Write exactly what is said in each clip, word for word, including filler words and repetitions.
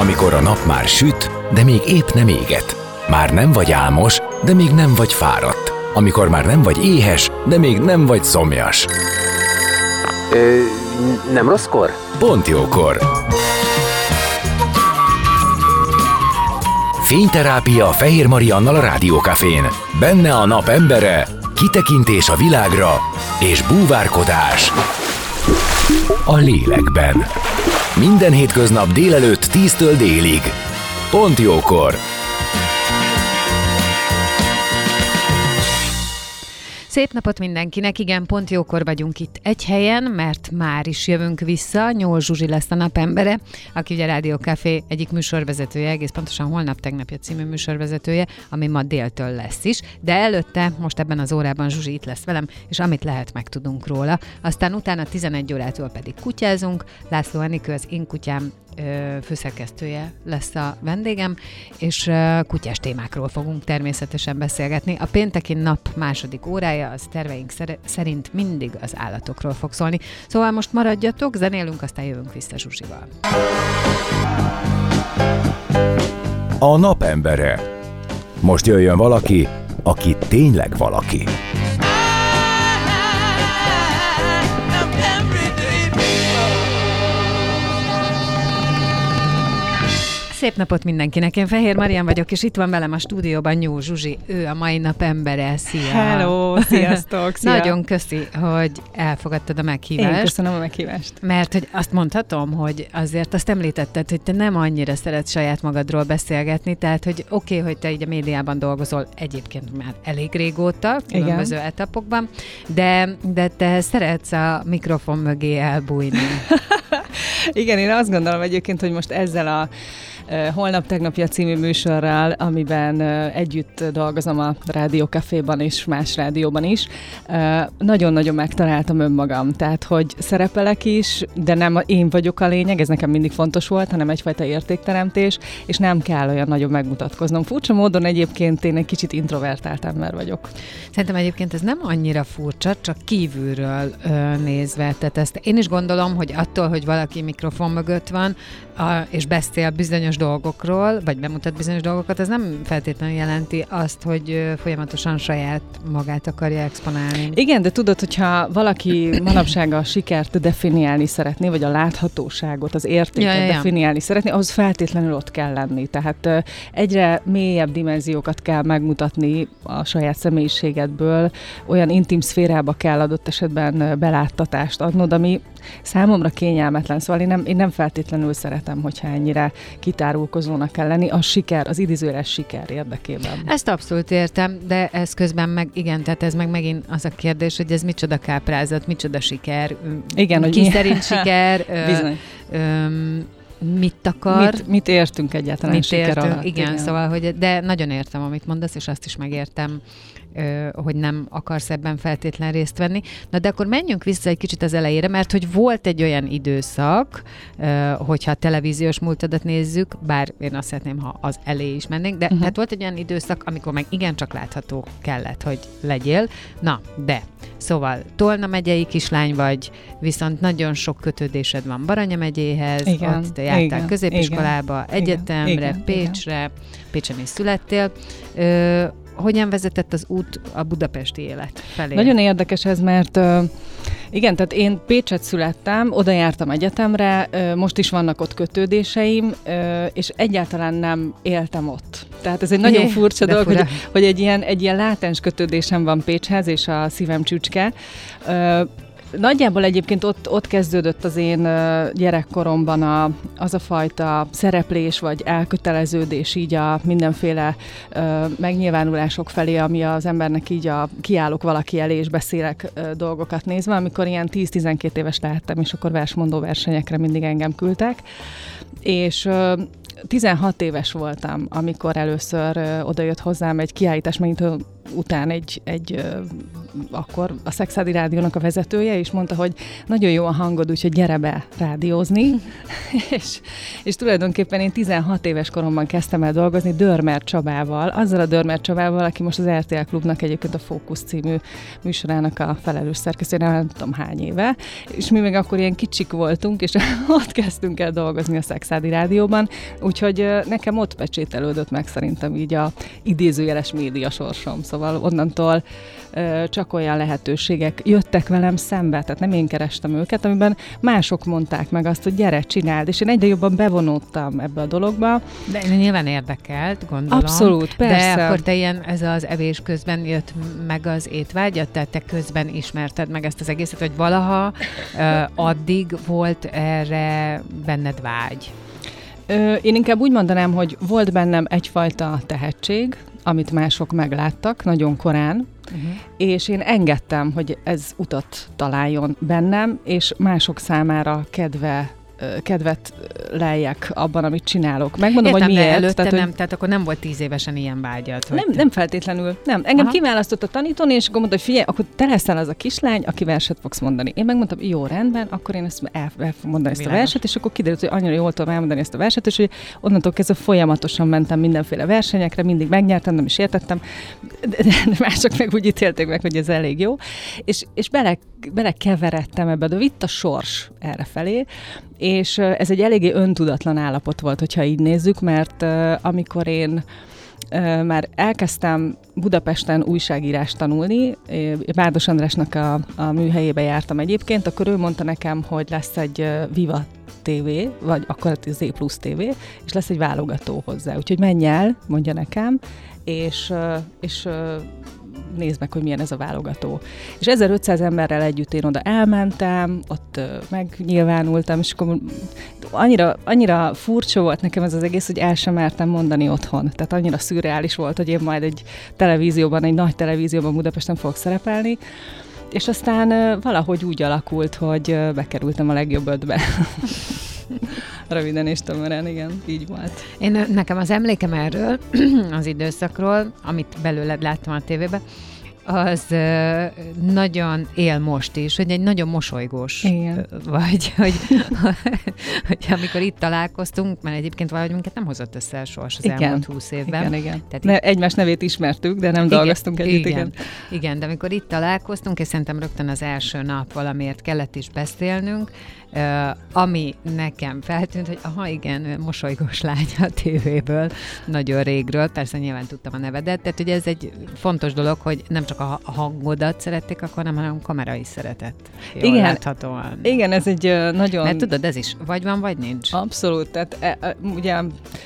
Amikor a nap már süt, de még épp nem éget. Már nem vagy álmos, de még nem vagy fáradt. Amikor már nem vagy éhes, de még nem vagy szomjas. Ö, nem rosszkor? Pont jókor. Fényterápia Fehér Mariannal a Rádiókafén. Benne a nap embere, kitekintés a világra és búvárkodás a lélekben. Minden hétköznap délelőtt tíztől délig. Pont jókor. Szép napot mindenkinek, igen, pont jókor vagyunk itt egy helyen, mert már is jövünk vissza. Nyúl Zsuzsi lesz a napembere, aki ugye a Rádiókafé egyik műsorvezetője, egész pontosan Holnap tegnapja című műsorvezetője, ami ma déltől lesz is, de előtte, most ebben az órában Zsuzsi itt lesz velem, és amit lehet, megtudunk róla. Aztán utána tizenegy órától pedig kutyázunk. László Enikő, az Én Kutyám főszerkesztője lesz a vendégem, és kutyás témákról fogunk természetesen beszélgetni. A pénteki nap második órája az terveink szerint mindig az állatokról fog szólni. Szóval most maradjatok, zenélünk, aztán jövünk vissza Zsuzsival. A napembere. Most jöjjön valaki, aki tényleg valaki. Szép napot mindenkinek, én Fehér Marian vagyok, és itt van velem a stúdióban Nyúl Zsuzsi, ő a mai nap embere. Szia! Hello, sziasztok! Szia. Nagyon köszi, hogy elfogadtad a meghívást. Én köszönöm a meghívást. Mert hogy azt mondhatom, hogy azért azt említetted, hogy te nem annyira szeretsz saját magadról beszélgetni, tehát hogy oké, okay, hogy te így a médiában dolgozol egyébként már elég régóta, különböző Igen. etapokban, de, de te szeretsz a mikrofon mögé elbújni. Igen, én azt gondolom egyébként, hogy most ezzel a Holnap tegnapja című műsorral, amiben együtt dolgozom a Rádiókaféban és más rádióban is, nagyon-nagyon megtaláltam önmagam. Tehát, hogy szerepelek is, de nem én vagyok a lényeg, ez nekem mindig fontos volt, hanem egyfajta értékteremtés, és nem kell olyan nagyon megmutatkoznom. Furcsa módon egyébként én egy kicsit introvertált ember vagyok. Szerintem egyébként ez nem annyira furcsa, csak kívülről ö, nézve. Tehát ezt én is gondolom, hogy attól, hogy valaki mikrofon mögött van, a, és beszél bizonyos dolgokról, vagy bemutat bizonyos dolgokat, ez nem feltétlenül jelenti azt, hogy folyamatosan saját magát akarja exponálni. Igen, de tudod, hogyha valaki manapság a sikert definiálni szeretné, vagy a láthatóságot, az értéket ja, ja, ja. definiálni szeretné, ahhoz feltétlenül ott kell lenni. Tehát egyre mélyebb dimenziókat kell megmutatni a saját személyiségedből, olyan intim szférába kell adott esetben beláttatást adnod, ami számomra kényelmetlen. Szóval én nem, én nem feltétlenül szeretem, hogyha ennyire kitárulkozónak kell lenni a siker, az idézőjeles siker érdekében. Ezt abszolút értem, de ez közben meg, igen, tehát ez meg megint az a kérdés, hogy ez micsoda káprázat, micsoda siker, igen, ki hogy szerint siker, Bizony. Ö, ö, mit akar. Mit, mit értünk egyáltalán mit siker értünk, alatt. Igen, igen, szóval, hogy, de nagyon értem, amit mondasz, és azt is megértem, hogy nem akarsz ebben feltétlen részt venni. Na de akkor menjünk vissza egy kicsit az elejére, mert hogy volt egy olyan időszak, hogyha a televíziós múltadat nézzük, bár én azt szeretném, ha az elé is mennénk, de uh-huh. hát volt egy olyan időszak, amikor meg igencsak látható kellett, hogy legyél. Na, de szóval Tolna megyei kislány vagy, viszont nagyon sok kötődésed van Baranya megyéhez, igen, ott te jártál igen, középiskolába, igen, egyetemre, igen, Pécsre, igen. Pécsen is születtél. Ö, Hogyan vezetett az út a budapesti élet felé? Nagyon érdekes ez, mert uh, igen, tehát én Pécset születtem, oda jártam egyetemre, uh, most is vannak ott kötődéseim, uh, és egyáltalán nem éltem ott. Tehát ez egy nagyon furcsa dolog, hogy, hogy egy ilyen, egy ilyen látens kötődésem van Pécshez, és a szívem csücske. Uh, Nagyjából egyébként ott, ott kezdődött az én gyerekkoromban a, az a fajta szereplés vagy elköteleződés így a mindenféle ö, megnyilvánulások felé, ami az embernek így a kiállok valaki elé és beszélek ö, dolgokat nézve, amikor ilyen tíz-tizenkét éves lehettem, és akkor versmondó versenyekre mindig engem küldtek. És ö, tizenhat éves voltam, amikor először ö, odajött hozzám egy kiállítás, megint után egy, egy ö, akkor a Szexádi Rádiónak a vezetője, és mondta, hogy nagyon jó a hangod, úgyhogy gyere be rádiózni. és, és tulajdonképpen én tizenhat éves koromban kezdtem el dolgozni Dörmer Csabával, azzal a Dörmer Csabával, aki most az er té el Klubnak egyébként a Fókusz című műsorának a felelős szerkesztője, nem tudom hány éve, és mi még akkor ilyen kicsik voltunk, és ott kezdtünk el dolgozni a Szexádi Rádióban, úgyhogy nekem ott pecsételődött meg szerintem így a idézőjeles média sorsom, szóval onnantól csak olyan lehetőségek jöttek velem szembe, tehát nem én kerestem őket, amiben mások mondták meg azt, hogy gyere, csináld, és én egyre jobban bevonódtam ebbe a dologba. De nyilván érdekelt, gondolom. Abszolút, persze. De akkor te ilyen, ez az evés közben jött meg az étvágyat, tehát te közben ismerted meg ezt az egészet, vagy valaha uh, addig volt erre benned vágy? Ö, én inkább úgy mondanám, hogy volt bennem egyfajta tehetség, amit mások megláttak nagyon korán, uh-huh. és én engedtem, hogy ez utat találjon bennem, és mások számára kedve kedvet leljek abban, amit csinálok. Megmondom, Értem, hogy miért. Előtte tehát, nem, hogy... tehát akkor nem volt tíz évesen ilyen vágyat. Nem, nem feltétlenül. Nem. Engem Aha. kiválasztott a tanítóni, és akkor mondta, hogy figyelj, akkor te leszel az a kislány, aki verset fogsz mondani. Én megmondtam, jó, rendben, akkor én ezt el, el fogom mondani ezt a verset, és akkor kiderült, hogy annyira jól tudom elmondani ezt a verset, és hogy onnantól kezdve folyamatosan mentem mindenféle versenyekre, mindig megnyertem, nem is értettem, de, de mások meg úgy ítélték meg, hogy ez elég jó. És, és bele, belekeveredtem ebbe, de vitt a sors errefelé, és ez egy eléggé öntudatlan állapot volt, hogyha így nézzük, mert uh, amikor én uh, már elkezdtem Budapesten újságírást tanulni, Bárdos Andrásnak a, a műhelyébe jártam egyébként, akkor ő mondta nekem, hogy lesz egy uh, Viva té vé, vagy akkor a Zé Plusz té vé, és lesz egy válogató hozzá. Úgyhogy menj el, mondja nekem, és, uh, és uh, nézd meg, hogy milyen ez a válogató. És ezerötszáz emberrel együtt én oda elmentem, ott uh, megnyilvánultam, és akkor annyira, annyira furcsa volt nekem ez az egész, hogy el sem mertem mondani otthon. Tehát annyira szürreális volt, hogy én majd egy televízióban, egy nagy televízióban Budapesten fogok szerepelni, és aztán uh, valahogy úgy alakult, hogy uh, bekerültem a legjobb ötbe. Röviden és tömören, igen, így volt. Én, nekem az emlékem erről, az időszakról, amit belőled láttam a tévében, az uh, nagyon él most is, hogy egy nagyon mosolygós igen. vagy, hogy, hogy amikor itt találkoztunk, mert egyébként valahogy minket nem hozott össze a sors az igen. elmúlt húsz évben. Igen, igen. Tehát ne, itt... Egymás nevét ismertük, de nem igen, dolgoztunk együtt, igen. igen. Igen, de amikor itt találkoztunk, és szerintem rögtön az első nap valamiért kellett is beszélnünk, Uh, ami nekem feltűnt, hogy aha, igen, mosolygós lány a tévéből, nagyon régről, persze nyilván tudtam a nevedet, tehát ugye ez egy fontos dolog, hogy nem csak a hangodat szerették akkor, nem, hanem a kamera is szeretett. Jól igen, láthatóan. Igen, ez egy uh, nagyon... Mert tudod, ez is vagy van, vagy nincs. Abszolút, tehát e, e, ugye...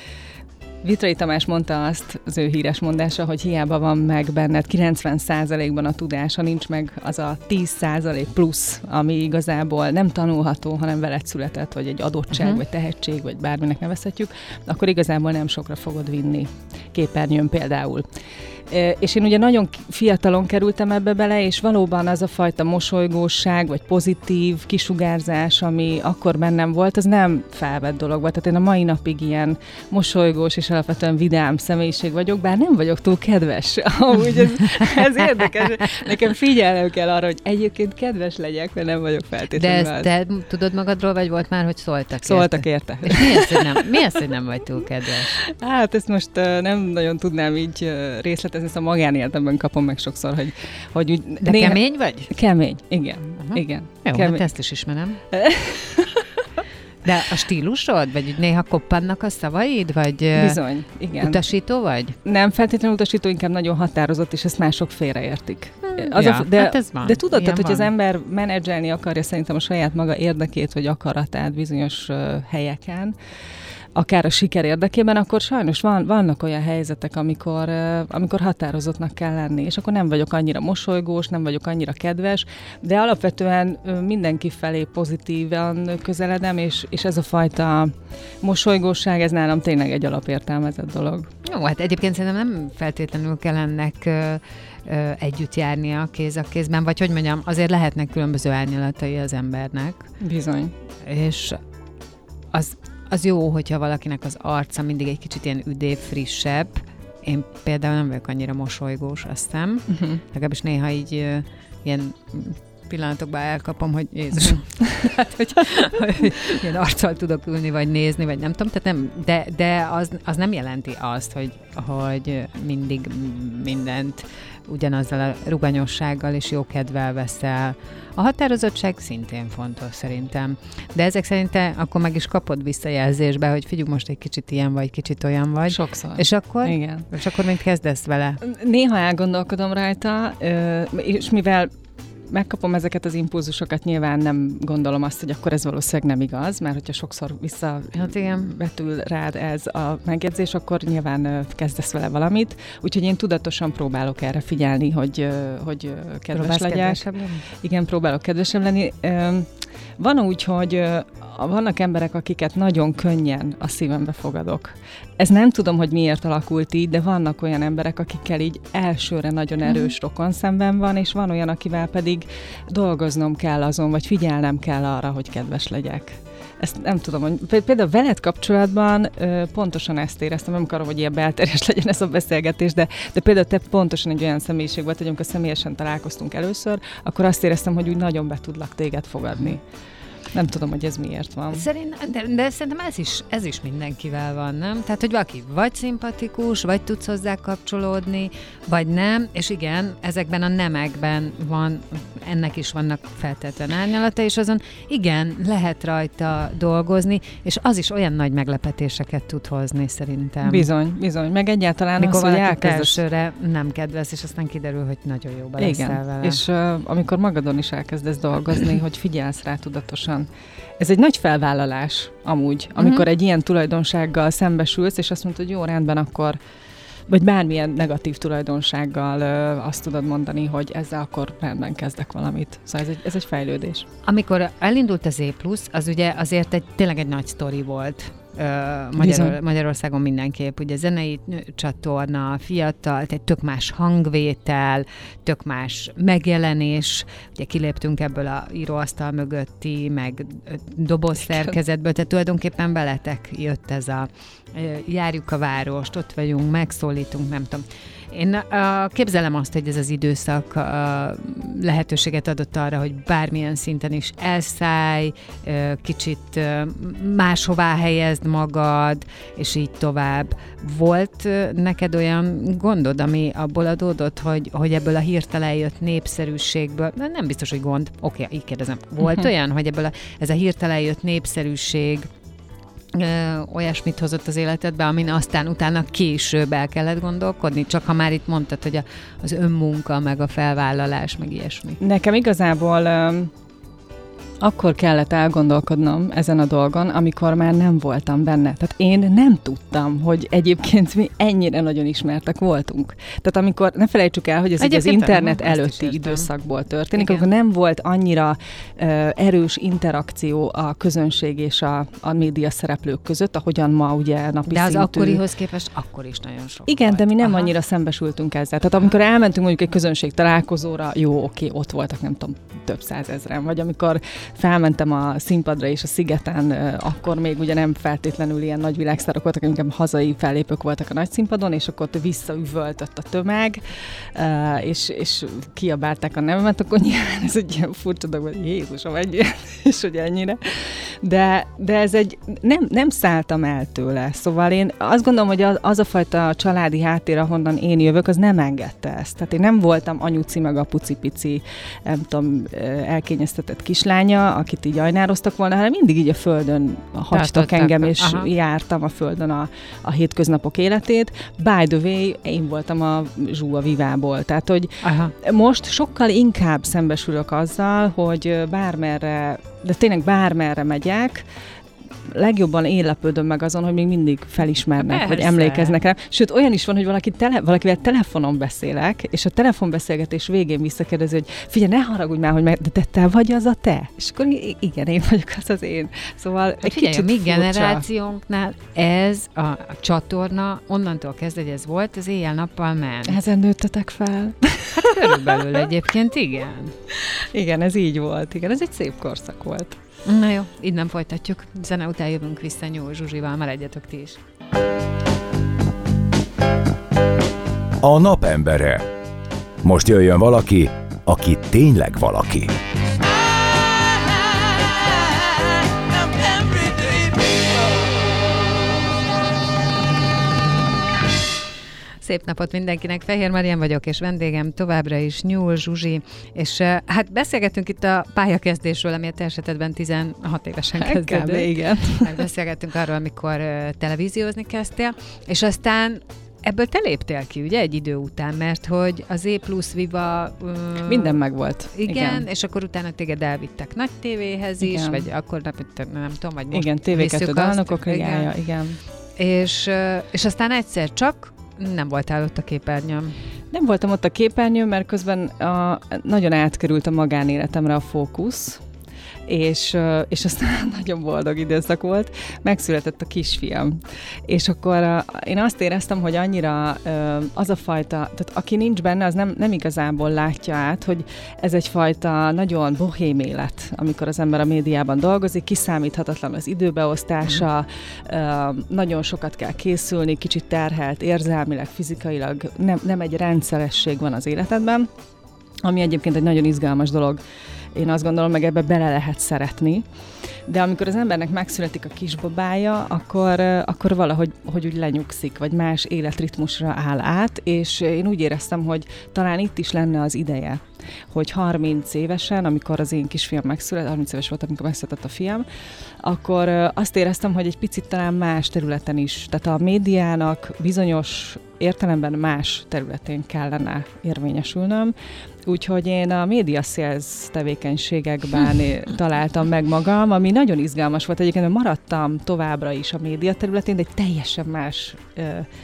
Vitrai Tamás mondta azt, az ő híres mondása, hogy hiába van meg benned kilencven százalékban a tudása, nincs meg az a tíz százalék plusz, ami igazából nem tanulható, hanem veled született, vagy egy adottság, uh-huh. vagy tehetség, vagy bárminek nevezhetjük, akkor igazából nem sokra fogod vinni. Képernyőn például. És én ugye nagyon fiatalon kerültem ebbe bele, és valóban az a fajta mosolygóság, vagy pozitív kisugárzás, ami akkor bennem volt, az nem felvett dolog volt. Tehát én a mai napig ilyen mosolygós és alapvetően vidám személyiség vagyok, bár nem vagyok túl kedves. Amúgy ez, ez érdekes. Nekem figyelnem kell arra, hogy egyébként kedves legyek, mert nem vagyok feltétlenül. De ezt te tudod magadról, vagy volt már, hogy szóltak Szóltak érte. érte. És mi az, hogy nem, mi az, hogy nem vagy túl kedves? Hát ezt most uh, nem nagyon tudnám így uh, részletezni, ezt a magánéletemben kapom meg sokszor, hogy, hogy úgy... De néha... kemény vagy? Kemény, igen. Uh-huh. igen. Jó, kemény. hát ezt is ismerem. De a stílusod? Vagy néha koppannak a szavaid? Vagy bizony, igen. Utasító vagy? Nem feltétlenül utasító, inkább nagyon határozott, és ezt mások félreértik. Hmm, az ja, a, de, hát ez van. De tudod, tehát, hogy van. az ember menedzselni akarja szerintem a saját maga érdekét, vagy akaratát bizonyos uh, helyeken, akár a siker érdekében, akkor sajnos van, vannak olyan helyzetek, amikor, uh, amikor határozottnak kell lenni, és akkor nem vagyok annyira mosolygós, nem vagyok annyira kedves, de alapvetően uh, mindenki felé pozitívan közeledem, és, és ez a fajta mosolygóság, ez nálam tényleg egy alapértelmezett dolog. Jó, hát egyébként szerintem nem feltétlenül kell ennek uh, uh, együtt járnia kéz a kézben, vagy hogy mondjam, azért lehetnek különböző árnyalatai az embernek. Bizony. És az az jó, hogyha valakinek az arca mindig egy kicsit ilyen üdébb, frissebb, én például nem vagyok annyira mosolygós, azt hiszem. Uh-huh. Legalábbis néha így uh, ilyen pillanatokban elkapom, hogy Jézus, hát, hogy, hogy ilyen arccal tudok ülni, vagy nézni, vagy nem tudom, tehát nem, de, de az, az nem jelenti azt, hogy, hogy mindig mindent ugyanazzal a ruganyossággal és jókedvel veszel. A határozottság szintén fontos szerintem. De ezek szerint te akkor meg is kapod visszajelzésbe, hogy figyelj, most egy kicsit ilyen vagy, kicsit olyan vagy. Sokszor. És akkor? Igen. És akkor mit kezdesz vele? Néha elgondolkodom rajta, és mivel megkapom ezeket az impulzusokat, nyilván nem gondolom azt, hogy akkor ez valószínűleg nem igaz, mert hogyha sokszor visszavetül rád ez a megjegyzés, akkor nyilván kezdesz vele valamit. Úgyhogy én tudatosan próbálok erre figyelni, hogy, hogy kedves legyek. Igen, próbálok kedvesebb lenni. Van úgy, hogy vannak emberek, akiket nagyon könnyen a szívembe fogadok. Ez nem tudom, hogy miért alakult így, de vannak olyan emberek, akikkel így elsőre nagyon erős rokonszemben van, és van olyan, akivel pedig dolgoznom kell azon, vagy figyelnem kell arra, hogy kedves legyek. Ezt nem tudom, hogy például veled kapcsolatban ö, pontosan ezt éreztem, nem akarom, hogy ilyen belterjes legyen ez a beszélgetés, de, de például te pontosan egy olyan személyiség volt, hogy amikor személyesen találkoztunk először, akkor azt éreztem, hogy úgy nagyon be tudlak téged fogadni. Nem tudom, hogy ez miért van. Szerint, de, de szerintem ez is, ez is mindenkivel van, nem? Tehát, hogy valaki vagy szimpatikus, vagy tudsz hozzá kapcsolódni, vagy nem, és igen, ezekben a nemekben van, ennek is vannak feltétlen árnyalata, és azon igen, lehet rajta dolgozni, és az is olyan nagy meglepetéseket tud hozni, szerintem. Bizony, bizony. Meg egyáltalán mikor az, hogy elkezdesz... elsőre nem kedvesz, és aztán kiderül, hogy nagyon jóban leszel vele. És uh, amikor magadon is elkezdesz dolgozni, hogy figyelsz rá tudatosan. Ez egy nagy felvállalás amúgy, amikor uh-huh. egy ilyen tulajdonsággal szembesülsz, és azt mondod, hogy jó, rendben, akkor, vagy bármilyen negatív tulajdonsággal ö, azt tudod mondani, hogy ezzel akkor rendben kezdek valamit. Szóval ez egy, ez egy fejlődés. Amikor elindult az E plusz, az ugye azért egy, tényleg egy nagy sztori volt. Magyar, Magyarországon mindenképp, ugye zenei csatorna, fiatal, egy tök más hangvétel, tök más megjelenés, ugye kiléptünk ebből a íróasztal mögötti, meg dobozszerkezetből, tehát tulajdonképpen veletek jött ez a járjuk a várost, ott vagyunk, megszólítunk, nem tudom. Én uh, képzelem azt, hogy ez az időszak uh, lehetőséget adott arra, hogy bármilyen szinten is elszállj, uh, kicsit uh, máshová helyezd magad, és így tovább. Volt uh, neked olyan gondod, ami abból adódott, hogy, hogy ebből a hirtelen jött népszerűségből, nem biztos, hogy gond, oké, okay, így kérdezem, volt uh-huh. olyan, hogy ebből a, ez a hirtelen jött népszerűség Ö, olyasmit hozott az életedbe, amin aztán utána később el kellett gondolkodni, csak ha már itt mondtad, hogy a, az önmunka, meg a felvállalás, meg ilyesmi. Nekem igazából ö, akkor kellett elgondolkodnom ezen a dolgon, amikor már nem voltam benne. Tehát én nem tudtam, hogy egyébként mi ennyire nagyon ismertek voltunk. Tehát amikor, ne felejtsük el, hogy ez az internet nem, előtti időszakból történik, igen. Akkor nem volt annyira uh, erős interakció a közönség és a, a média szereplők között, ahogyan ma ugye napi de az szintű. akkorihoz képest akkor is nagyon sok igen, volt. De mi nem Aha. annyira szembesültünk ezzel. Tehát amikor elmentünk mondjuk egy közönség találkozóra, jó, oké, ott voltak, nem tudom, több százezren, vagy amikor felmentem a színpadra és a Szigeten, akkor még ugye nem feltétlenül ilyen nagy világsztárok voltak, inkább hazai fellépők voltak a nagy színpadon, és akkor ott visszaüvöltött a tömeg, és, és kiabálták a nevemet, akkor nyilván ez egy ilyen furcsa dolog, hogy Jézusom, ennyi, és hogy ennyire. De, de ez egy, nem, nem szálltam el tőle. Szóval én azt gondolom, hogy az, az a fajta családi háttér, ahonnan én jövök, az nem engedte ezt. Tehát én nem voltam anyuci meg apuci-pici, nem tudom, elkényeztetett kislánya, akit így ajnároztak volna, hanem mindig így a földön hagytak engem, és aha. jártam a földön a, a hétköznapok életét. By the way, én voltam a zsú a Vivából. Tehát, hogy aha. most sokkal inkább szembesülök azzal, hogy bármerre, de tényleg bármerre megyek, legjobban én lepődöm meg azon, hogy még mindig felismernek, persze. vagy emlékeznek rá. Sőt, olyan is van, hogy valaki tele, valakivel telefonon beszélek, és a telefonbeszélgetés végén visszakérdezi, hogy figyelj, ne haragudj már, hogy meg, de te vagy az a te? És akkor igen, én vagyok az az én. Szóval egy figyelj, kicsit a mi furcsa. generációnknál ez a, a csatorna, onnantól kezdve, hogy ez volt, az éjjel-nappal ment. Ezen nőttetek fel? Hát körülbelül egyébként, igen. Igen, ez így volt. Igen, ez egy szép korszak volt. Na jó, innen folytatjuk. Zene után jövünk vissza Nyúl Zsuzsival, maradjatok ti is. a napembere. Most jöjjön valaki, aki tényleg valaki. Szép napot mindenkinek, Fehér Marian vagyok, és vendégem továbbra is Nyúl Zsuzsi, és uh, hát beszélgettünk itt a pályakezdésről, ami a te esetedben tizenhat évesen kezdődött. Igen. Beszélgettünk arról, amikor uh, televíziózni kezdtél, és aztán ebből te léptél ki, ugye, egy idő után, mert hogy az E plusz Viva... Uh, Minden megvolt. Igen, igen, és akkor utána téged elvittek nagy tévéhez is, igen. vagy akkor nem, nem tudom, vagy most igen, té vé kettő dalnokok igen. ligája, igen. És, uh, és aztán egyszer csak nem voltál ott a képernyőn. Nem voltam ott a képernyőn, mert közben a, nagyon átkerült a magánéletemre a fókusz, és, és aztán nagyon boldog időszak volt, megszületett a kisfiam. És akkor én azt éreztem, hogy annyira az a fajta, tehát aki nincs benne, az nem, nem igazából látja át, hogy ez egyfajta nagyon bohém élet, amikor az ember a médiában dolgozik, kiszámíthatatlan az időbeosztása, mm. nagyon sokat kell készülni, kicsit terhelt érzelmileg, fizikailag, nem, nem egy rendszeresség van az életedben, ami egyébként egy nagyon izgalmas dolog. Én azt gondolom, meg ebbe bele lehet szeretni. De amikor az embernek megszületik a kisbabája, akkor, akkor valahogy hogy úgy lenyugszik, vagy más életritmusra áll át, és én úgy éreztem, hogy talán itt is lenne az ideje, hogy harminc évesen, amikor az én kisfiam megszületett, harminc éves volt, amikor megszületett a fiam, akkor azt éreztem, hogy egy picit talán más területen is, tehát a médiának bizonyos értelemben más területén kellene érvényesülnöm, úgyhogy én a média sales tevékenységekben találtam meg magam, ami nagyon izgalmas volt. Egyébként maradtam továbbra is a média területén, de egy teljesen más ö,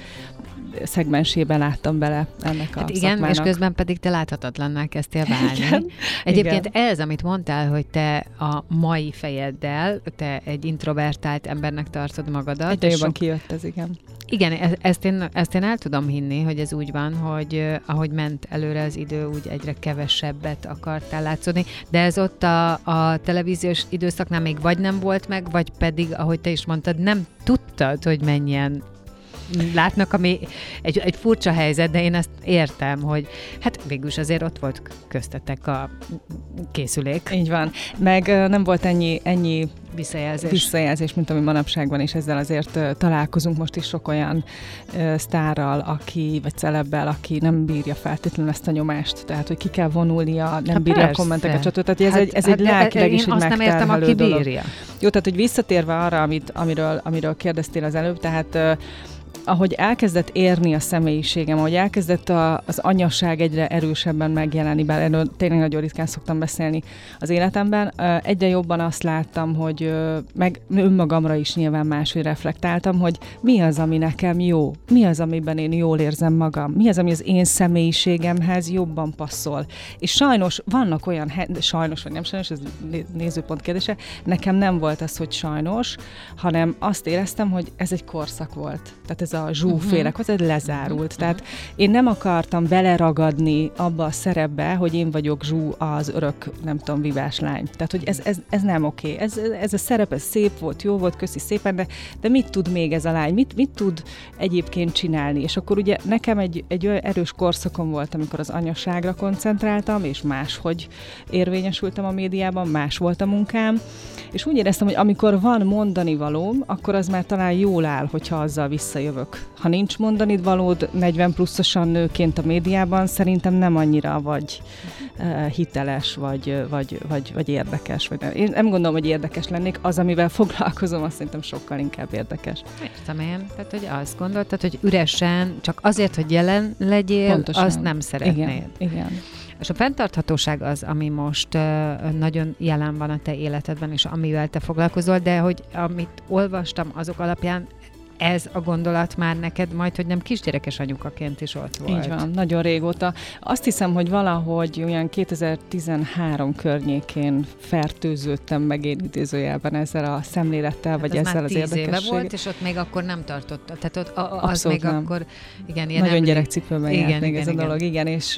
szegmensében láttam bele ennek a hát igen, szakmának. és közben pedig te láthatatlanná kezdtél válni. Igen, Egyébként igen. ez, amit mondtál, hogy te a mai fejeddel, te egy introvertált embernek tartod magadat. Egyre jobban sok... kijött ez, igen. Igen, e- ezt én, ezt én el tudom hinni, hogy ez úgy van, hogy uh, ahogy ment előre az idő, úgy egyre kevesebbet akartál látszódni, de ez ott a, a televíziós időszaknál még vagy nem volt meg, vagy pedig, ahogy te is mondtad, nem tudtad, hogy mennyien látnak, ami egy, egy furcsa helyzet, de én ezt értem, hogy hát végülis azért ott volt köztetek a készülék. Így van. Meg nem volt ennyi, ennyi visszajelzés. visszajelzés, mint ami manapságban is, ezzel azért uh, találkozunk most is sok olyan uh, sztárral, aki, vagy celebbel, aki nem bírja feltétlenül ezt a nyomást, tehát, hogy ki kell vonulnia, nem hát bírja persze. a kommenteket, stb. Tehát ez hát, egy, ez hát egy lelkileg is egy megterhelő dolog. Én azt nem értem, aki dolog. bírja. Jó, tehát, hogy visszatérve arra, amit, amiről, amiről kérdeztél az előbb, tehát uh, ahogy elkezdett érni a személyiségem, ahogy elkezdett a, az anyaság egyre erősebben megjelenni, bár erről tényleg nagyon ritkán szoktam beszélni az életemben, egyre jobban azt láttam, hogy meg önmagamra is nyilván máshogy reflektáltam, hogy mi az, ami nekem jó, mi az, amiben én jól érzem magam, mi az, ami az én személyiségemhez jobban passzol. És sajnos vannak olyan, sajnos vagy nem sajnos, ez nézőpont kérdése, nekem nem volt az, hogy sajnos, hanem azt éreztem, hogy ez egy korszak volt. Tehát ez a zsúfélek, uh-huh. ez lezárult. Uh-huh. Tehát én nem akartam beleragadni abba a szerepbe, hogy én vagyok Zsú, az örök, nem tudom, vivás lány. Tehát, hogy ez, ez, ez nem oké. Ez, ez a szerep, ez szép volt, jó volt, köszi szépen, de, de mit tud még ez a lány? Mit, mit tud egyébként csinálni? És akkor ugye nekem egy, egy olyan erős korszakom volt, amikor az anyaságra koncentráltam, és máshogy érvényesültem a médiában, más volt a munkám, és úgy éreztem, hogy amikor van mondani valóm, akkor az már talán jól áll, hogyha azzal visszajövök. Ha nincs mondanid valód negyven pluszosan nőként a médiában, szerintem nem annyira vagy uh, hiteles, vagy, vagy, vagy, vagy érdekes. Vagy nem. Én nem gondolom, hogy érdekes lennék. Az, amivel foglalkozom, azt szerintem sokkal inkább érdekes. Értem én. Tehát, hogy azt gondoltad, hogy üresen, csak azért, hogy jelen legyél, pontosan. Azt nem szeretnéd. Igen, igen. És a fenntarthatóság az, ami most uh, nagyon jelen van a te életedben, és amivel te foglalkozol, de hogy amit olvastam azok alapján, ez a gondolat már neked majd, hogy nem kisgyerekes anyukaként is ott volt. Így van, nagyon régóta. Azt hiszem, hogy valahogy olyan kétezer-tizenhárom környékén fertőződtem meg én idézőjelben ezzel a szemlélettel, vagy ez ezzel az érdekességgel. Ez éve volt, és ott még akkor nem tartotta. Tehát ott a, az abszolút még nem. Akkor, igen, ilyen nagyon emlék... gyerekcipőben járt még igen, ez igen. a dolog, igen, és...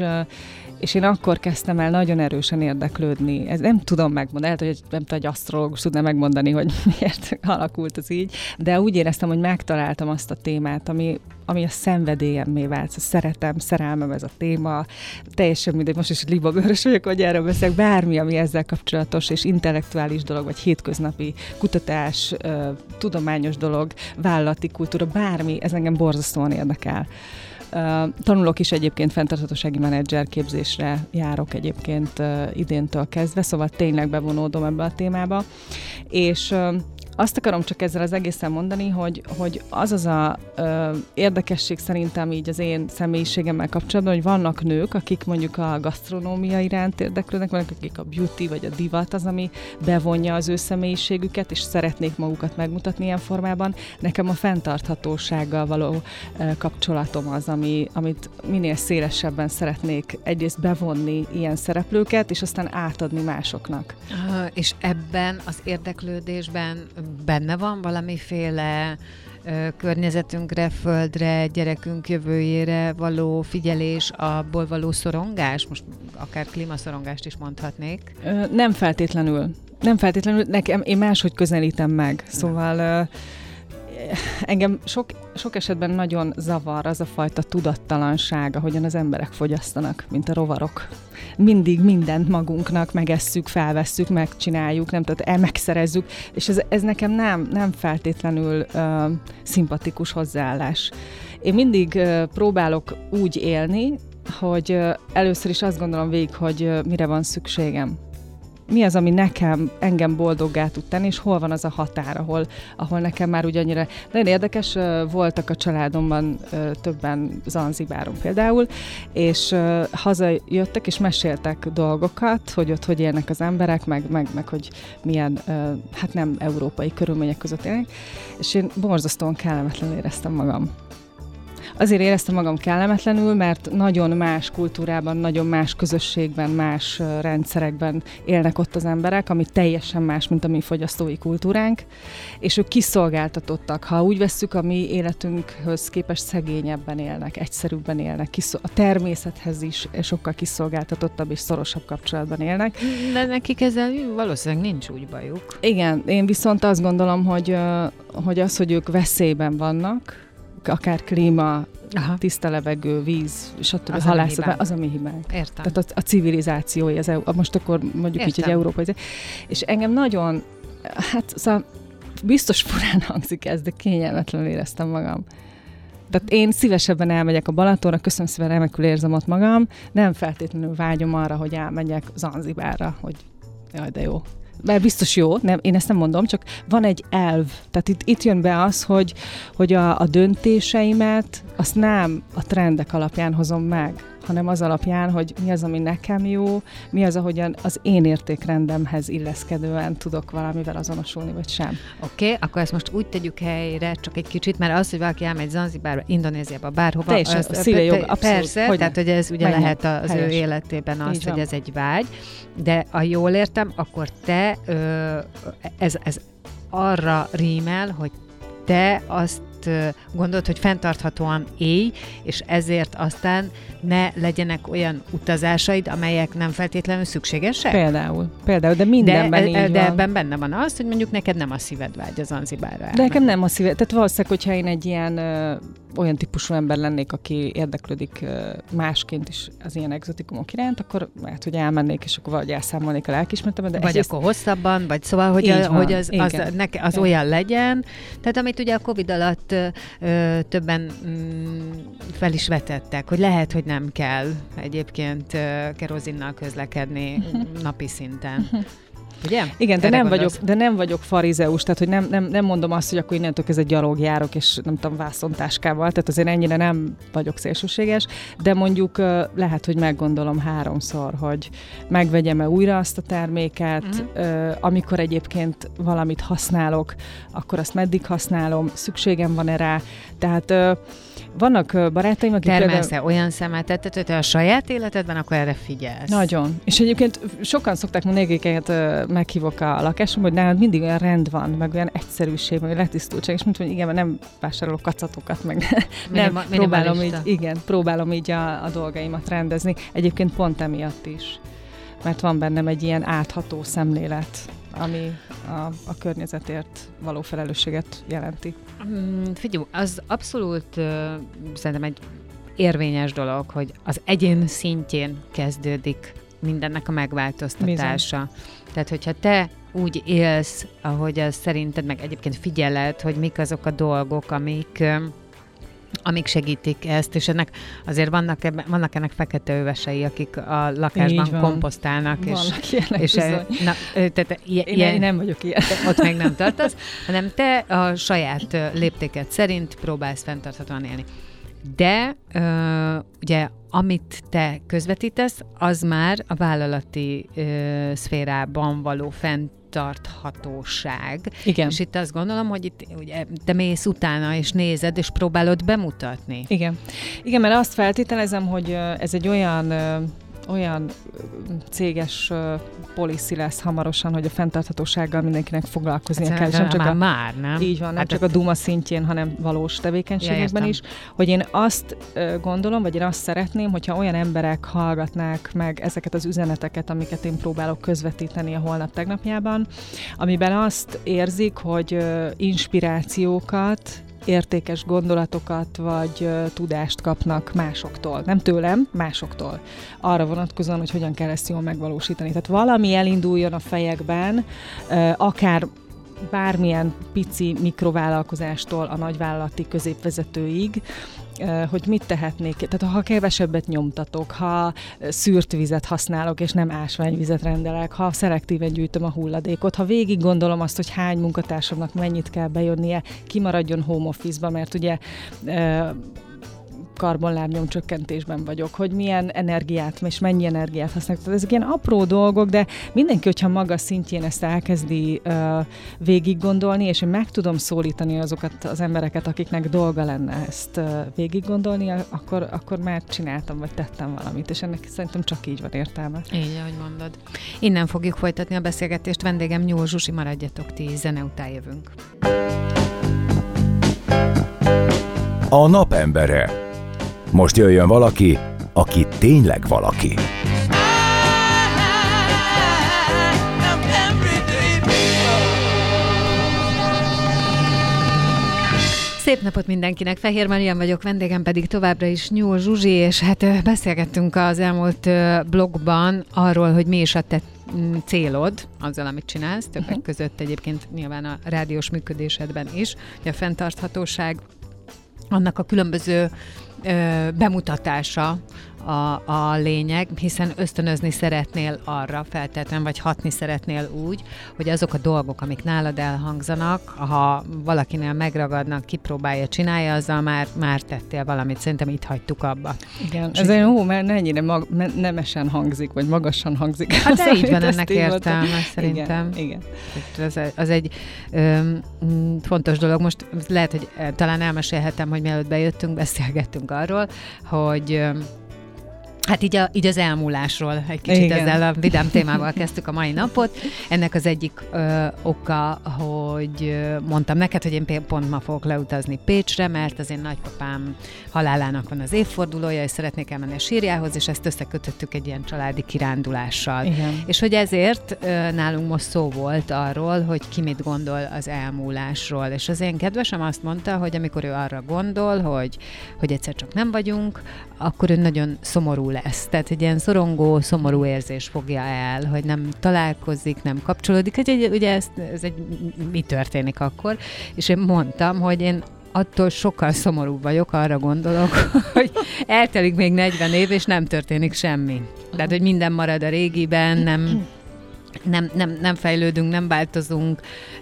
És én akkor kezdtem el nagyon erősen érdeklődni. Ez nem tudom megmondani, lehet, hogy nem tudom, egy asztrológus tudna megmondani, hogy miért alakult az így, de úgy éreztem, hogy megtaláltam megtaláltam azt a témát, ami, ami a szenvedélyemmé vált. Szeretem, szerelmem ez a téma, teljesen mindegy, most is libabőrös vagyok, hogy erről beszélek, bármi, ami ezzel kapcsolatos, és intellektuális dolog, vagy hétköznapi kutatás, tudományos dolog, vállalati kultúra, bármi, ez engem borzasztóan érdekel. Uh, tanulok is egyébként, fenntarthatósági menedzser képzésre járok egyébként uh, idéntől kezdve, szóval tényleg bevonódom ebbe a témába, és uh, azt akarom csak ezzel az egészen mondani, hogy, hogy az az a ö, érdekesség szerintem így az én személyiségemmel kapcsolatban, hogy vannak nők, akik mondjuk a gasztronómia iránt érdeklődnek, vannak akik a beauty vagy a divat az, ami bevonja az ő személyiségüket, és szeretnék magukat megmutatni ilyen formában. Nekem a fenntarthatósággal való ö, kapcsolatom az, ami, amit minél szélesebben szeretnék egyrészt bevonni ilyen szereplőket, és aztán átadni másoknak. Uh, és ebben az érdeklődésben benne van valamiféle ö, környezetünkre, földre, gyerekünk jövőjére való figyelés, abból való szorongás? Most akár klímaszorongást is mondhatnék. Ö, nem feltétlenül. Nem feltétlenül. Nekem, én máshogy közelítem meg. Szóval ö, engem sok, sok esetben nagyon zavar az a fajta tudattalanság, ahogyan az emberek fogyasztanak, mint a rovarok. Mindig mindent magunknak megesszük, felvesszük, megcsináljuk, nem tehát megszerezzük, és ez, ez nekem nem, nem feltétlenül uh, szimpatikus hozzáállás. Én mindig uh, próbálok úgy élni, hogy uh, először is azt gondolom végig, hogy uh, mire van szükségem. Mi az, ami nekem, engem boldoggá tud tenni, és hol van az a határ, ahol, ahol nekem már úgy annyira... Nagyon érdekes, voltak a családomban többen Zanzibáron például, és hazajöttek, és meséltek dolgokat, hogy ott hogy élnek az emberek, meg, meg, meg hogy milyen, hát nem európai körülmények között élnek, és én borzasztóan kellemetlenül éreztem magam. Azért éreztem magam kellemetlenül, mert nagyon más kultúrában, nagyon más közösségben, más rendszerekben élnek ott az emberek, ami teljesen más, mint a mi fogyasztói kultúránk, és ők kiszolgáltatottak. Ha úgy vesszük, a mi életünkhöz képest szegényebben élnek, egyszerűbben élnek, kiszol- a természethez is sokkal kiszolgáltatottabb és szorosabb kapcsolatban élnek. De nekik ezzel valószínűleg nincs úgy bajuk. Igen, én viszont azt gondolom, hogy, hogy az, hogy ők veszélyben vannak, akár klíma, aha, tiszta levegő, víz, stb. Az halászat, az a mi hibánk. Értem. Tehát a, a civilizációja, az, most akkor mondjuk értem. Így egy európai. És engem nagyon, hát szóval biztos furán hangzik ez, de kényelmetlenül éreztem magam. Tehát én szívesebben elmegyek a Balatonra, köszönöm szépen, remekül érzem ott magam, nem feltétlenül vágyom arra, hogy elmegyek Zanzibárra, hogy jaj, de jó. Mert biztos jó, nem, én ezt nem mondom, csak van egy elv. Tehát itt, itt jön be az, hogy, hogy a, a döntéseimet azt nem a trendek alapján hozom meg, hanem az alapján, hogy mi az, ami nekem jó, mi az, ahogyan az én értékrendemhez illeszkedően tudok valamivel azonosulni, vagy sem. Oké, okay, akkor ezt most úgy tegyük helyre csak egy kicsit, mert az, hogy valaki elmegy Zanzibárba, Indonéziába, bárhova. Teljesen, az, a szíve jog, abszolút. Persze, hogy tehát hogy ez ugye menjen, lehet az helyes. Ő életében az, így hogy van. ez egy vágy, de ha jól értem, akkor te ö, ez, ez arra rímel, hogy te azt gondolod, hogy fenntarthatóan élj, és ezért aztán ne legyenek olyan utazásaid, amelyek nem feltétlenül szükségesek? Például, például, de mindenben de, így de van. De ebben benne van az, hogy mondjuk neked nem a szíved vágy az Zanzibárra. De nekem nem a szíved. Tehát valószínűleg, hogyha én egy ilyen ö, olyan típusú ember lennék, aki érdeklődik ö, másként is az ilyen egzotikumok iránt, akkor lehet, hogy elmennék, és akkor vagy elszámolnék a lelkiismeretemben. De vagy egyrészt... akkor hosszabban, vagy szóval, hogy, a, hogy az, az, neke, az olyan legyen. Tehát amit ugye a Covid alatt ö, ö, többen mm, fel is vetettek, hogy lehet, hogy nem kell egyébként ö, kerozinnal közlekedni napi szinten. Ugye? Igen, de Erre nem, gondolsz? vagyok, de nem vagyok farizeus, tehát hogy nem, nem, nem mondom azt, hogy akkor innentől kezdve gyalog járok, és nem tudom, vászontáskával, tehát azért ennyire nem vagyok szélsőséges, de mondjuk lehet, hogy meggondolom háromszor, hogy megvegyem-e újra azt a terméket, uh-huh. amikor egyébként valamit használok, akkor azt meddig használom, szükségem van-e rá, tehát vannak barátaim, akik... Termelsz például... olyan szemetet, hogy te a saját életedben, akkor erre figyelsz. Nagyon. És egyébként sokan szokták mondani, akiket meghívok a lakásomba, hogy nálad mindig olyan rend van, meg olyan egyszerűség, meg letisztultság, és mint hogy igen, nem vásárolok kacatokat, meg nem, Minima, próbálom így, igen, próbálom így a, a dolgaimat rendezni. Egyébként pont emiatt is. Mert van bennem egy ilyen átható szemlélet. ami a, a környezetért való felelősséget jelenti. Mm, figyelj, az abszolút uh, szerintem egy érvényes dolog, hogy az egyén szintjén kezdődik mindennek a megváltoztatása. Bizony. Tehát, hogyha te úgy élsz, ahogy az szerinted, meg egyébként figyeled, hogy mik azok a dolgok, amik, amik segítik ezt, és ennek azért vannak, ebben, vannak ennek fekete övesei, akik a lakásban komposztálnak. Vannak és, ilyenek és bizony. Na, tehát, ilyen, én, én nem vagyok ilyen. Ott még nem tartasz, hanem te a saját léptéked szerint próbálsz fenntarthatóan élni. De ö, ugye, amit te közvetítesz, az már a vállalati ö, szférában való fenntarthatóság. Igen. És itt azt gondolom, hogy itt ugye, te mész utána, és nézed, és próbálod bemutatni. Igen. Igen, mert azt feltételezem, hogy ez egy olyan... olyan céges policy lesz hamarosan, hogy a fenntarthatósággal mindenkinek foglalkoznia hát, kell. Nem csak már a, már, nem? Így van, nem hát csak a a Duma szintjén, hanem valós tevékenységekben ja, is. Hogy én azt gondolom, vagy én azt szeretném, hogyha olyan emberek hallgatnák meg ezeket az üzeneteket, amiket én próbálok közvetíteni a holnap tegnapjában, amiben azt érzik, hogy inspirációkat, értékes gondolatokat, vagy uh, tudást kapnak másoktól. Nem tőlem, másoktól. Arra vonatkozóan, hogy hogyan kell ezt jól megvalósítani. Tehát valami elinduljon a fejekben, uh, akár bármilyen pici mikrovállalkozástól a nagyvállalati középvezetőig, hogy mit tehetnék. Tehát ha kevesebbet nyomtatok, ha szűrt vizet használok, és nem ásványvizet rendelek, ha szelektíven gyűjtöm a hulladékot, ha végig gondolom azt, hogy hány munkatársamnak mennyit kell bejönnie, kimaradjon home office-ba, mert ugye karbonlábnyom csökkentésben vagyok, hogy milyen energiát, és mennyi energiát használok. Tehát ezek ilyen apró dolgok, de mindenki, hogyha maga szintjén ezt elkezdi uh, végig gondolni, és én meg tudom szólítani azokat az embereket, akiknek dolga lenne ezt uh, végig gondolni, akkor, akkor már csináltam, vagy tettem valamit, és ennek szerintem csak így van értelme. Így, ahogy mondod. Innen fogjuk folytatni a beszélgetést. Vendégem Nyúl Zsuzsi, maradjatok ti, zene után jövünk. A napembere. Most jöjjön valaki, aki tényleg valaki. Szép napot mindenkinek, Fehér Marian vagyok, vendégem pedig továbbra is Nyúl Zsuzsi, és hát beszélgettünk az elmúlt blogban arról, hogy mi is a te célod azzal, amit csinálsz, többek uh-huh. között egyébként nyilván a rádiós működésedben is, hogy a fenntarthatóság, annak a különböző ö, bemutatása a, a lényeg, hiszen ösztönözni szeretnél arra feltétlenül, vagy hatni szeretnél úgy, hogy azok a dolgok, amik nálad elhangzanak, ha valakinél megragadnak, kipróbálja, csinálja, azzal már, már tettél valamit. Szerintem itt hagytuk abba. Igen, ez egy jó, mert ennyire mag, nemesen hangzik, vagy magasan hangzik. Hát de így van ennek értelme, szerintem. Igen, igen. Az, az egy öm, fontos dolog. Most lehet, hogy talán elmesélhetem, hogy mielőtt bejöttünk, beszélgettünk arról, hogy öm, hát így, a, így az elmúlásról egy kicsit igen. Ezzel a vidám témával kezdtük a mai napot. Ennek az egyik ö, oka, hogy ö, mondtam neked, hogy én pont ma fogok leutazni Pécsre, mert az én nagypapám halálának van az évfordulója, és szeretnék elmenni a sírjához, és ezt összekötöttük egy ilyen családi kirándulással. Igen. És hogy ezért ö, nálunk most szó volt arról, hogy ki mit gondol az elmúlásról. És az én kedvesem azt mondta, hogy amikor ő arra gondol, hogy, hogy egyszer csak nem vagyunk, akkor ő nagyon szomorú lesz. Tehát egy ilyen szorongó, szomorú érzés fogja el, hogy nem találkozik, nem kapcsolódik. Ugye, ugye ez, ez egy, mi történik akkor? És én mondtam, hogy én attól sokkal szomorúbb vagyok, arra gondolok, hogy eltelik még negyven év, és nem történik semmi. Tehát, hogy minden marad a régiben, nem, nem, nem, nem fejlődünk, nem változunk,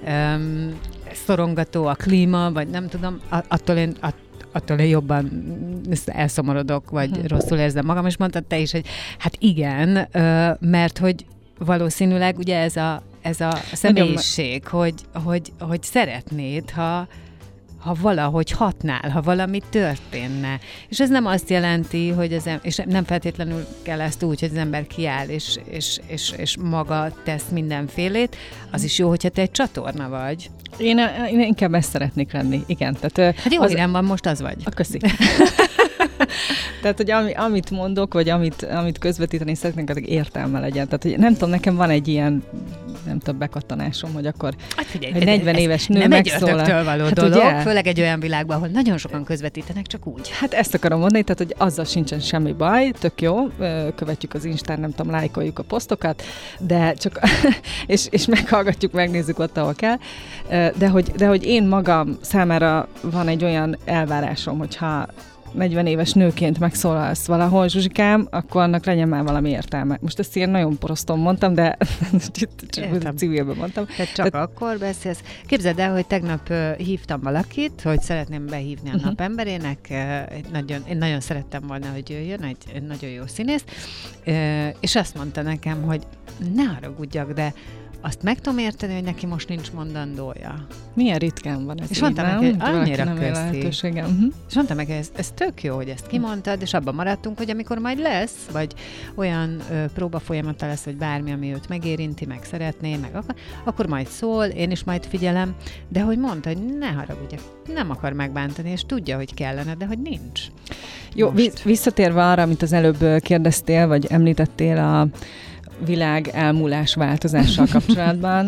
um, szorongató a klíma, vagy nem tudom, attól én att, attól én jobban elszomorodok, vagy hmm. rosszul érzem magam, és mondtad te is, hogy hát igen, mert hogy valószínűleg ugye ez a, ez a személyiség, hogy, hogy, hogy szeretnéd, ha, ha valahogy hatnál, ha valami történne. És ez nem azt jelenti, hogy az em- és nem feltétlenül kell ezt úgy, hogy az ember kiáll, és, és, és, és maga tesz mindenfélét. Az is jó, hogyha te egy csatorna vagy. Én, én inkább ezt szeretnék lenni, igen. Tehát, hát jó, az, irányban most az vagy. A köszi. Tehát, hogy ami, amit mondok, vagy amit, amit közvetíteni szeretnénk, az értelme legyen. Tehát, hogy nem tudom, nekem van egy ilyen nem tudom, bekattanásom, hogy akkor Hát figyelj, egy negyven éves nő nem megszólal. egy ördögtől való Hát dolog, ugye? főleg egy olyan világban, ahol nagyon sokan közvetítenek, csak úgy. Hát ezt akarom mondani, tehát hogy azzal sincsen semmi baj, tök jó, ö, követjük az Instán, nem tudom, lájkoljuk a posztokat, de csak, és, és meghallgatjuk, megnézzük ott, ahol kell, Ö, de hogy, de hogy én magam számára van egy olyan elvárásom, hogyha negyven éves nőként megszólalsz valahol, Zsuzsikám, akkor annak legyen már valami értelme. Most ezt ilyen nagyon poroszton mondtam, de Értem. civilben mondtam. Tehát csak Tehát- akkor beszélsz. Képzeld el, hogy tegnap uh, hívtam valakit, hogy szeretném behívni a Uh-huh. napemberének. Uh, egy nagyon, én nagyon szerettem volna, hogy jöjjön, egy, egy nagyon jó színész, uh, és azt mondta nekem, hogy ne haragudjak, de azt meg tudom érteni, hogy neki most nincs mondandója. Milyen ritkán van ez. És így, mondtam nem? neki, hogy Valaki annyira nem él köszi. lehetőségem. Uh-huh. És mondtam meg, ez, ez tök jó, hogy ezt kimondtad, és abban maradtunk, hogy amikor majd lesz, vagy olyan ö, próba folyamata lesz, vagy bármi, ami őt megérinti, meg szeretné, meg akar, akkor majd szól, én is majd figyelem, de hogy mondta, hogy ne haragudjak, nem akar megbántani, és tudja, hogy kellene, de hogy nincs. Jó, Most. vi- visszatérve arra, amit az előbb ö, kérdeztél, vagy említettél a világ elmúlás változással kapcsolatban.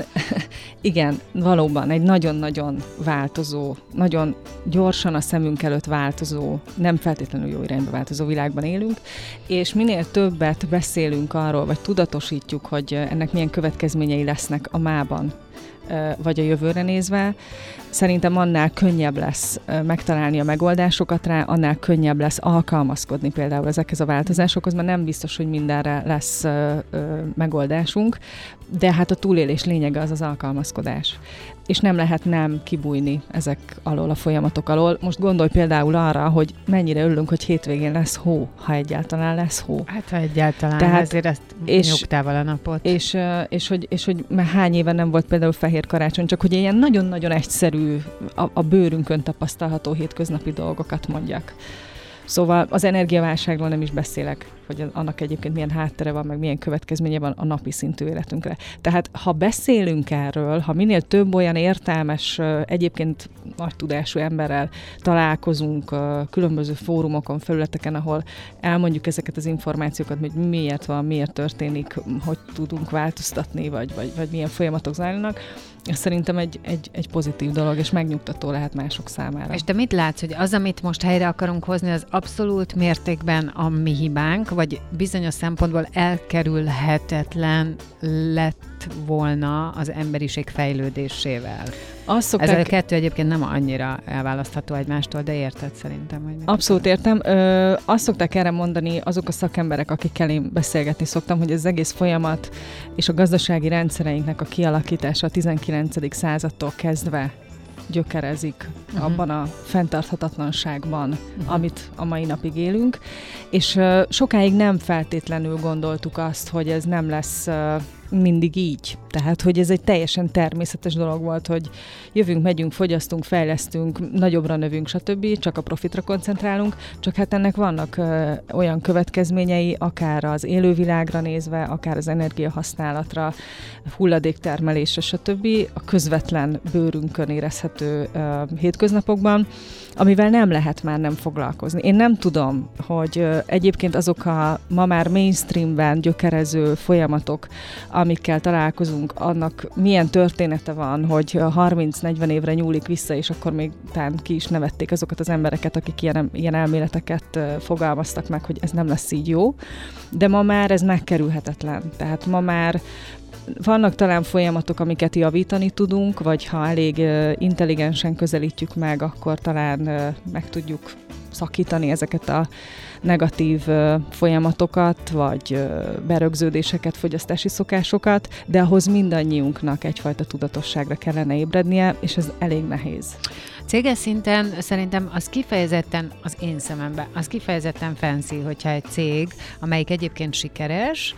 Igen, valóban egy nagyon-nagyon változó, nagyon gyorsan a szemünk előtt változó, nem feltétlenül jó irányba változó világban élünk, és minél többet beszélünk arról, vagy tudatosítjuk, hogy ennek milyen következményei lesznek a mában, vagy a jövőre nézve, szerintem annál könnyebb lesz megtalálni a megoldásokat rá, annál könnyebb lesz alkalmazkodni például ezekhez a változásokhoz, mert nem biztos, hogy mindenre lesz ö, ö, megoldásunk, de hát a túlélés lényege az az alkalmazkodás. És nem lehet nem kibújni ezek alól, a folyamatok alól. Most gondolj például arra, hogy mennyire örülünk, hogy hétvégén lesz hó, ha egyáltalán lesz hó. Hát, ha egyáltalán, Tehát- ezért ezt és- nyugtával a napot. És, ö, és, hogy, és hogy már hány éve nem volt például fehér karácsony, csak hogy ilyen nagyon-nagyon egyszerű, a, a bőrünkön tapasztalható hétköznapi dolgokat mondjak. Szóval az energiaválságról nem is beszélek, hogy annak egyébként milyen háttere van, meg milyen következménye van a napi szintű életünkre. Tehát ha beszélünk erről, ha minél több olyan értelmes, ö, egyébként nagy tudású emberrel találkozunk ö, különböző fórumokon, felületeken, ahol elmondjuk ezeket az információkat, hogy miért van, miért történik, hogy tudunk változtatni, vagy, vagy, vagy milyen folyamatok zajlanak, ez szerintem egy, egy, egy pozitív dolog, és megnyugtató lehet mások számára. És te mit látsz, hogy az, amit most helyre akarunk hozni, az abszolút mértékben a mi hibánk, vagy bizonyos szempontból elkerülhetetlen lett volna az emberiség fejlődésével? Azt Ez a szokták, kettő egyébként nem annyira elválasztható egymástól, de érted szerintem, hogy mit abszolút értem. Ö, azt szokták erre mondani azok a szakemberek, akikkel én beszélgetni szoktam, hogy az egész folyamat és a gazdasági rendszereinknek a kialakítása a tizenkilencedik századtól kezdve gyökerezik Uh-huh. abban a fenntarthatatlanságban, Uh-huh. amit a mai napig élünk, és uh, sokáig nem feltétlenül gondoltuk azt, hogy ez nem lesz uh, mindig így. Tehát, hogy ez egy teljesen természetes dolog volt, hogy jövünk, megyünk, fogyasztunk, fejlesztünk, nagyobbra növünk, stb., csak a profitra koncentrálunk, csak hát ennek vannak ö, olyan következményei, akár az élővilágra nézve, akár az energiahasználatra, hulladéktermelésre, stb., a közvetlen bőrünkön érezhető ö, hétköznapokban, amivel nem lehet már nem foglalkozni. Én nem tudom, hogy ö, egyébként azok a ma már mainstreamben gyökerező folyamatok, amikkel találkozunk, annak milyen története van, hogy harminc-negyven évre nyúlik vissza, és akkor még talán ki is nevették azokat az embereket, akik ilyen, ilyen elméleteket fogalmaztak meg, hogy ez nem lesz így jó. De ma már ez megkerülhetetlen. Tehát ma már vannak talán folyamatok, amiket javítani tudunk, vagy ha elég uh, intelligensen közelítjük meg, akkor talán uh, meg tudjuk szakítani ezeket a negatív uh, folyamatokat, vagy uh, berögződéseket, fogyasztási szokásokat, de ahhoz mindannyiunknak egyfajta tudatosságra kellene ébrednie, és ez elég nehéz. Céges szinten szerintem az kifejezetten, az én szememben, az kifejezetten fancy, hogyha egy cég, amelyik egyébként sikeres,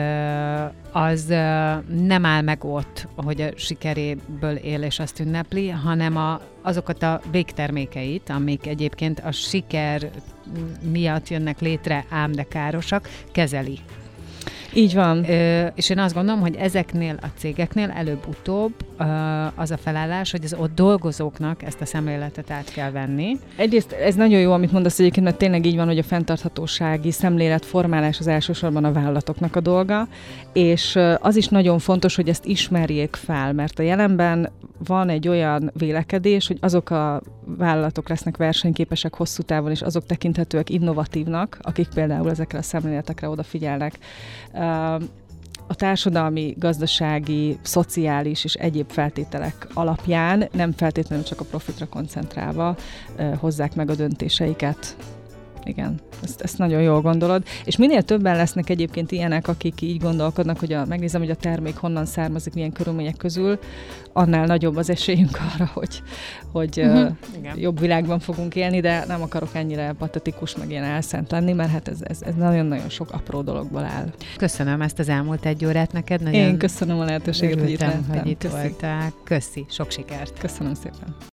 az nem áll meg ott, hogy a sikeréből él és azt ünnepli, hanem a, azokat a végtermékeit, amik egyébként a siker miatt jönnek létre, ám de károsak, kezeli. Így van. Ö, és én azt gondolom, hogy ezeknél a cégeknél előbb-utóbb ö, az a felállás, hogy az ott dolgozóknak ezt a szemléletet át kell venni. Egyrészt ez nagyon jó, amit mondasz egyébként, mert tényleg így van, hogy a fenntarthatósági szemléletformálás az elsősorban a vállalatoknak a dolga, és az is nagyon fontos, hogy ezt ismerjék fel, mert a jelenben van egy olyan vélekedés, hogy azok a vállalatok lesznek versenyképesek hosszú távon, és azok tekinthetőek innovatívnak, akik például ezekre a szemléletekre odafigyelnek. A társadalmi, gazdasági, szociális és egyéb feltételek alapján, nem feltétlenül csak a profitra koncentrálva hozzák meg a döntéseiket. Igen, ezt, ezt nagyon jól gondolod. És minél többen lesznek egyébként ilyenek, akik így gondolkodnak, hogy a, megnézem, hogy a termék honnan származik, milyen körülmények közül, annál nagyobb az esélyünk arra, hogy, hogy uh-huh. uh, jobb világban fogunk élni, de nem akarok ennyire patetikus, meg ilyen elszent lenni, mert hát ez, ez, ez nagyon-nagyon sok apró dologból áll. Köszönöm ezt az elmúlt egy órát neked. Nagyon Én köszönöm a lehetőséget, hogy itt lettem. Hogy itt Köszi. voltál. Köszi, sok sikert. Köszönöm szépen.